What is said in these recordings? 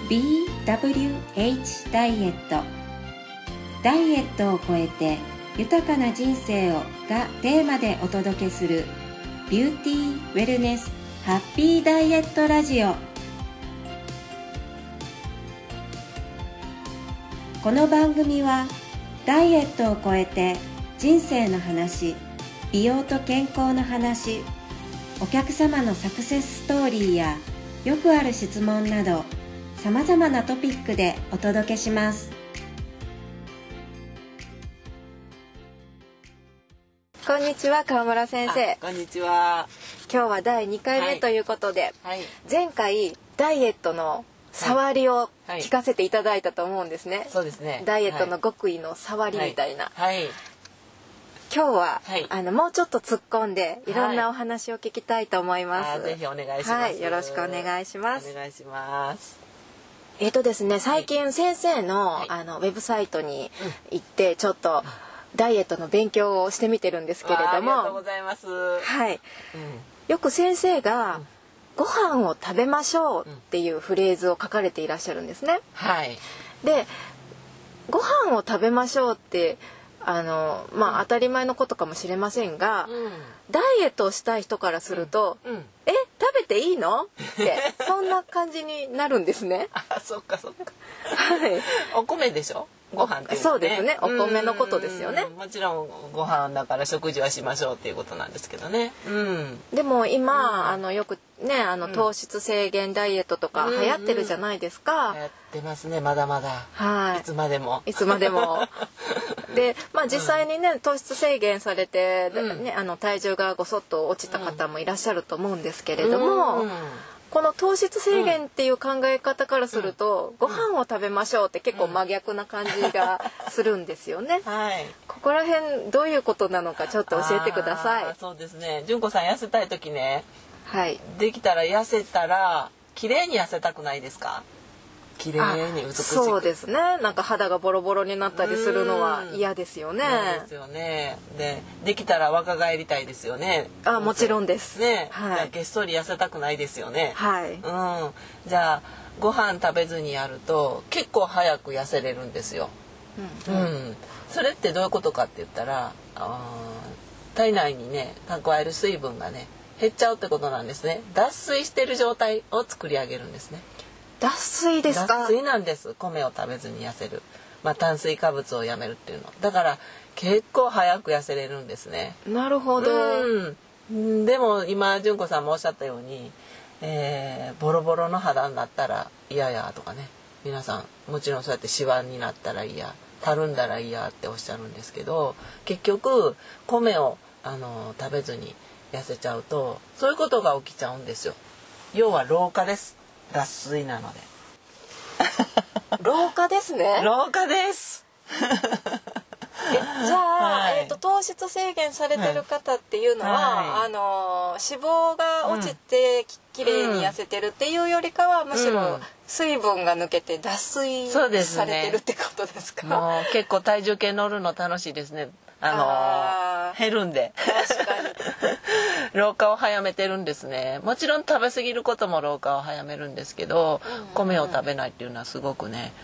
BWH ダイエット。ダイエットを超えて豊かな人生をがテーマでお届けするビューティーウェルネスハッピーダイエットラジオ。この番組はダイエットを超えて人生の話、美容と健康の話、お客様のサクセスストーリーやよくある質問などさまざまなトピックでお届けします。 こんにちは、川村先生。 こんにちは。 今日は第2回目ということで、 はい、 前回ダイエットの触りを聞かせていただいたと思うんですね。 そうですね。 ダイエットの極意の触りみたいな。 はい。 今日は、 はい、 もうちょっと突っ込んでいろんなお話を聞きたいと思います。 ぜひお願いします。 はい、よろしくお願いします。 お願いします。 ですね、最近先生の、ウェブサイトに行ってちょっとダイエットの勉強をしてみてるんですけれども、 ありがとうございます。 はい、よく先生が、ご飯を食べましょうっていうフレーズを書かれていらっしゃるんですね。 はい。 で、ご飯を食べましょうって当たり前のことかもしれませんが、ダイエットをしたい人からすると、食べていいのってそんな感じになるんですね。 あ、そっかそっか。 はい。 お米でしょ。ご飯って、ね、 そうですね。お米のことですよね。 もちろんご飯だから食事はしましょうっていうことなんですけどね。 でも今、よくね糖質制限ダイエットとか流行ってるじゃないですか。 流行ってますね、まだまだ。 はい。 いつまでも。 いつまでも。で、実際にね糖質制限されて、体重がごそっと落ちた方もいらっしゃると思うんですけれども。この糖質制限っていう考え方からすると、ご飯を食べましょうって結構真逆な感じがするんですよね。 はい。 ここら辺どういうことなのかちょっと教えてください。 そうですね。純子さん痩せたい時ね。 はい。 できたら痩せたら綺麗に痩せたくないですか？綺麗に美しく。 そうですね。なんか肌がボロボロになったりするのは嫌ですよね。 嫌ですよね。できたら若返りたいですよね。 もちろんです。 ね。 はい。 げっそり痩せたくないですよね。 はい。 じゃあご飯食べずにやると結構早く痩せれるんですよ。それってどういうことかって言ったら、体内にね蓄える水分がね減っちゃうってことなんですね。脱水してる状態を作り上げるんですね。 脱水ですか？ 脱水なんです。米を食べずに痩せる。炭水化物をやめるっていうの。だから結構早く痩せれるんですね。 なるほど。 でも今純子さんもおっしゃったように、ボロボロの肌になったら嫌やとかね。皆さんもちろんそうやってシワになったら嫌、たるんだら嫌っておっしゃるんですけど、結局米を食べずに痩せちゃうとそういうことが起きちゃうんですよ。要は老化です。脱水なので。 老化ですね。 老化です。 じゃあ、糖質制限されてる方っていうのは、脂肪が落ちてきれいに痩せてるっていうよりかは、むしろ水分が抜けて脱水されてるってことですか？ もう結構体重計乗るの楽しいですね。減るんで。 確かに。 老化を早めてるんですね。もちろん食べ過ぎることも老化を早めるんですけど、米を食べないっていうのはすごくね、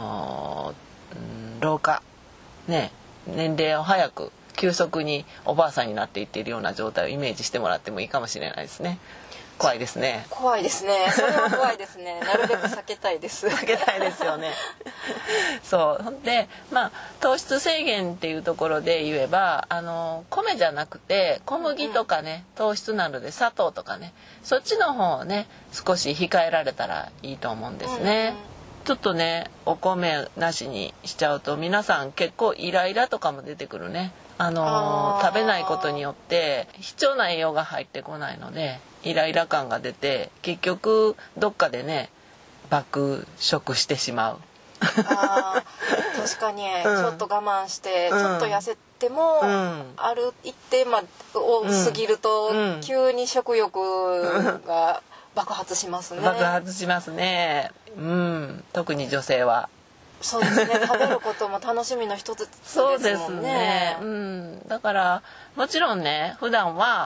老化ね、年齢を早く急速におばあさんになっていっているような状態をイメージしてもらってもいいかもしれないですね。怖いですね。 怖いですね。それは怖いですね。なるべく避けたいです。 避けたいですよね。そうで、糖質制限っていうところで言えば、米じゃなくて小麦とかね、糖質なので砂糖とかね、そっちの方をね少し控えられたらいいと思うんですね。ちょっとねお米なしにしちゃうと皆さん結構イライラとかも出てくるね。食べないことによって必要な栄養が入ってこないのでイライラ感が出て、結局どっかでね爆食してしまう。 確かに、ちょっと我慢してちょっと痩せても、ある一定を過ぎると、急に食欲が爆発しますね。 爆発しますね。特に女性は。 そうですね。食べることも楽しみの一つですもんね。 そうですね。だからもちろんね普段は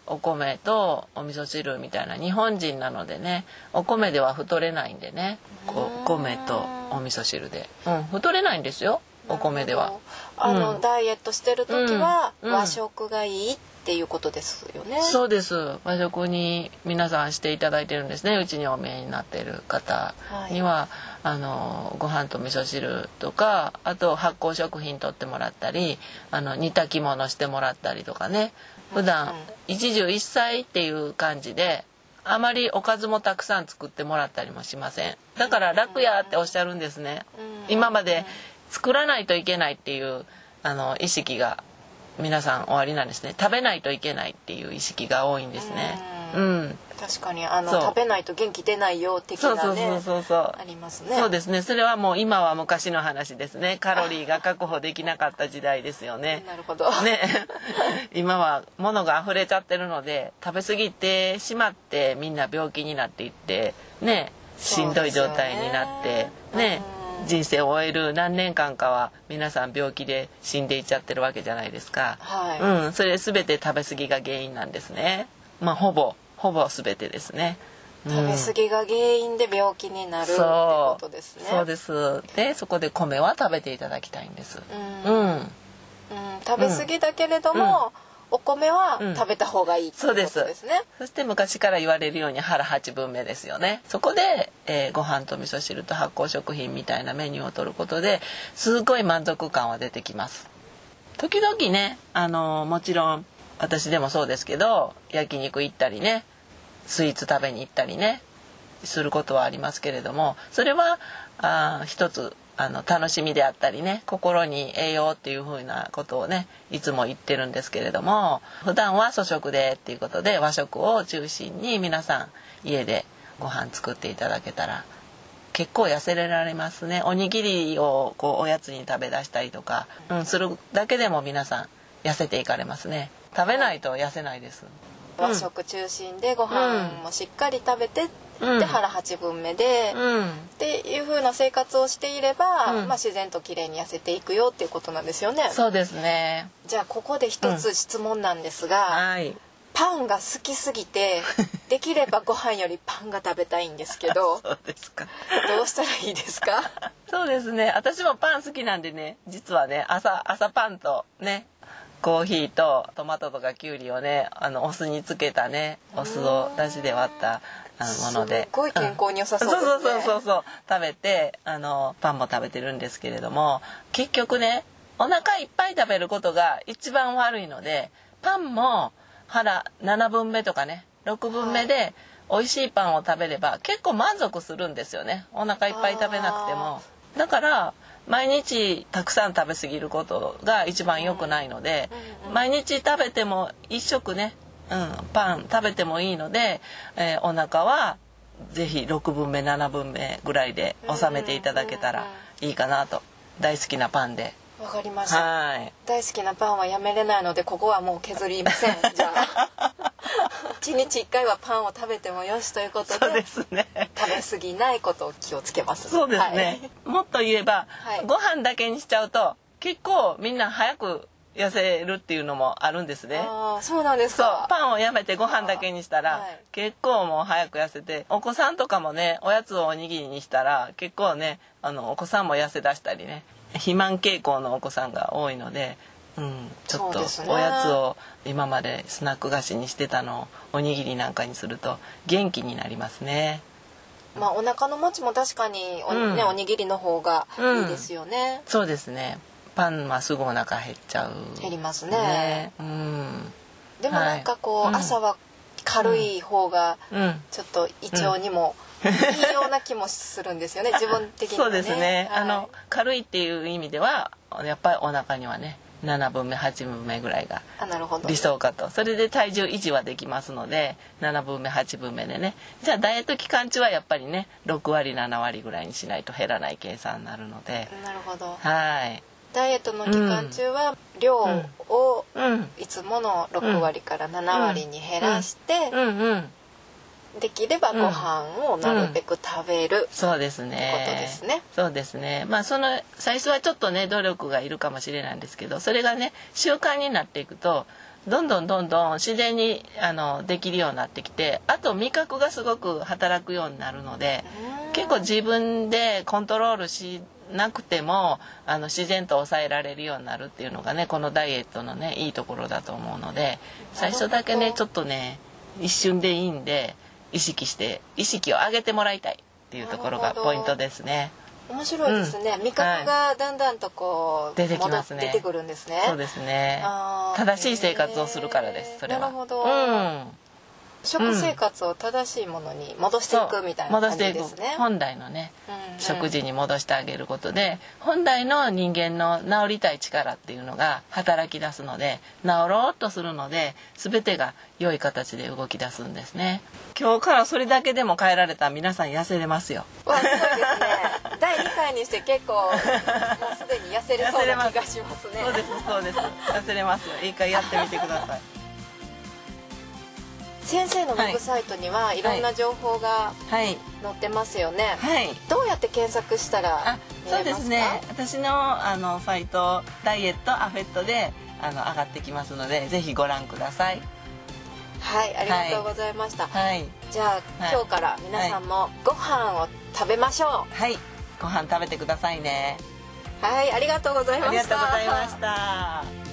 お米とお味噌汁みたいな、日本人なのでね、お米では太れないんでね、米とお味噌汁で、太れないんですよ、お米では。 ダイエットしてる時は和食がいいっていうことですよね。 そうです。和食に皆さんしていただいてるんですね。うちにお見えになっている方には、ご飯と味噌汁とか、あと発酵食品取ってもらったり、煮炊き物してもらったりとかね。普段一汁一菜っていう感じで、あまりおかずもたくさん作ってもらったりもしません。だから楽やっておっしゃるんですね。今まで作らないといけないっていう意識が皆さんおありなんですね。食べないといけないっていう意識が多いんですね。 確かに食べないと元気出ないよ的なね、ありますね。 そうですね。それはもう今は昔の話ですね。カロリーが確保できなかった時代ですよね。 なるほど。 ね、今は物が溢れちゃってるので、食べ過ぎてしまってみんな病気になっていってね、しんどい状態になってね。人生を終える何年間かは皆さん病気で死んでいっちゃってるわけじゃないですか。それ全て食べ過ぎが原因なんですね。ほぼ全てですね。 食べ過ぎが原因で病気になるってことですね。 そうです。でそこで米は食べていただきたいんです。 食べ過ぎだけれども、お米は食べた方がいいってことですね。 そして昔から言われるように腹8分目ですよね。そこで、ご飯と味噌汁と発酵食品みたいなメニューを取ることですごい満足感は出てきます。時々ね、もちろん私でもそうですけど、焼肉行ったりね、スイーツ食べに行ったりねすることはありますけれども、それは一つ楽しみであったりね、心に栄養っていう風なことをねいつも言ってるんですけれども、普段は粗食でっていうことで和食を中心に皆さん家でご飯作っていただけたら結構痩せられますね。おにぎりをおやつに食べ出したりとか、するだけでも皆さん痩せていかれますね。食べないと痩せないです。 和食中心でご飯もしっかり食べて、で腹8分目で、っていう風な生活をしていれば、自然と綺麗に痩せていくよっていうことなんですよね。 そうですね。 じゃあここで一つ質問なんですが、パンが好きすぎてできればご飯よりパンが食べたいんですけどそうですか。 どうしたらいいですか？ そうですね。私もパン好きなんでね、実はね朝パンとねコーヒーとトマトとかキュウリをねお酢につけたね、お酢をだしで割ったもので、 すごい健康に良さそうですね。 そう食べてパンも食べてるんですけれども、結局ねお腹いっぱい食べることが一番悪いので、パンも腹7分目とかね6分目で美味しいパンを食べれば結構満足するんですよね。お腹いっぱい食べなくても。だから毎日たくさん食べ過ぎることが一番良くないので、毎日食べても一食ね、パン食べてもいいので、お腹はぜひ6分目7分目ぐらいで収めていただけたらいいかなと。大好きなパンで。 わかりました。大好きなパンはやめれないので、ここはもう削りません。じゃあ1日1回はパンを食べてもよしということで、 そうですね、 食べ過ぎないことを気をつけます。 そうですね、もっと言えば、ご飯だけにしちゃうと結構みんな早く痩せるっていうのもあるんですね。 そうなんですか。 パンをやめてご飯だけにしたら、結構もう早く痩せて、お子さんとかもねおやつをおにぎりにしたら結構ねお子さんも痩せだしたりね、肥満傾向のお子さんが多いので、ちょっとおやつを今までスナック菓子にしてたのをおにぎりなんかにすると元気になりますね。 お腹の持ちも確かにおにぎりの方がいいですよね。 そうですね。パンはすぐお腹減っちゃう、 減りますね。でもなんか朝は軽い方がちょっと胃腸にもいいような気もするんですよね。自分的にはね。そうですね。 軽いっていう意味ではやっぱりお腹にはね7分目8分目ぐらいが理想かと。それで体重維持はできますので、7分目8分目でね、じゃあダイエット期間中はやっぱりね6割7割ぐらいにしないと減らない計算になるので。 なるほど。 ダイエットの期間中は量をいつもの6割から7割に減らして、できればご飯をなるべく食べる、 そうですね。 ことですね。 そうですね。その最初はちょっとね努力がいるかもしれないんですけど、それがね習慣になっていくとどんどん自然にできるようになってきて、あと味覚がすごく働くようになるので、結構自分でコントロールしなくても自然と抑えられるようになるっていうのがね、このダイエットのねいいところだと思うので、最初だけねちょっとね一瞬でいいんで意識を上げてもらいたいっていうところがポイントですね。 面白いですね、味覚がだんだんとこう出てきますね。 出てくるんですね。 そうですね。正しい生活をするからです、それは。 なるほど、食生活を正しいものに戻していくみたいな感じですね。 本来のね、食事に戻してあげることで本来の人間の治りたい力っていうのが働き出すので、治ろうとするので全てが良い形で動き出すんですね。今日からそれだけでも変えられたら皆さん痩せれますよ。 わ、すごいですね。第2回にして結構もうすでに痩せれそうな気がしますね。 そうです痩せれますよ。一回やってみてください。 先生のウェブサイトにはいろんな情報が載ってますよね。どうやって検索したら見れますか？そうですね。 私のサイトダイエットアフェットで上がってきますので、ぜひご覧ください。 はい、ありがとうございました。 はい。 じゃあ今日から皆さんもご飯を食べましょう。 はい。ご飯食べてくださいね。 はい、ありがとうございました。 ありがとうございました。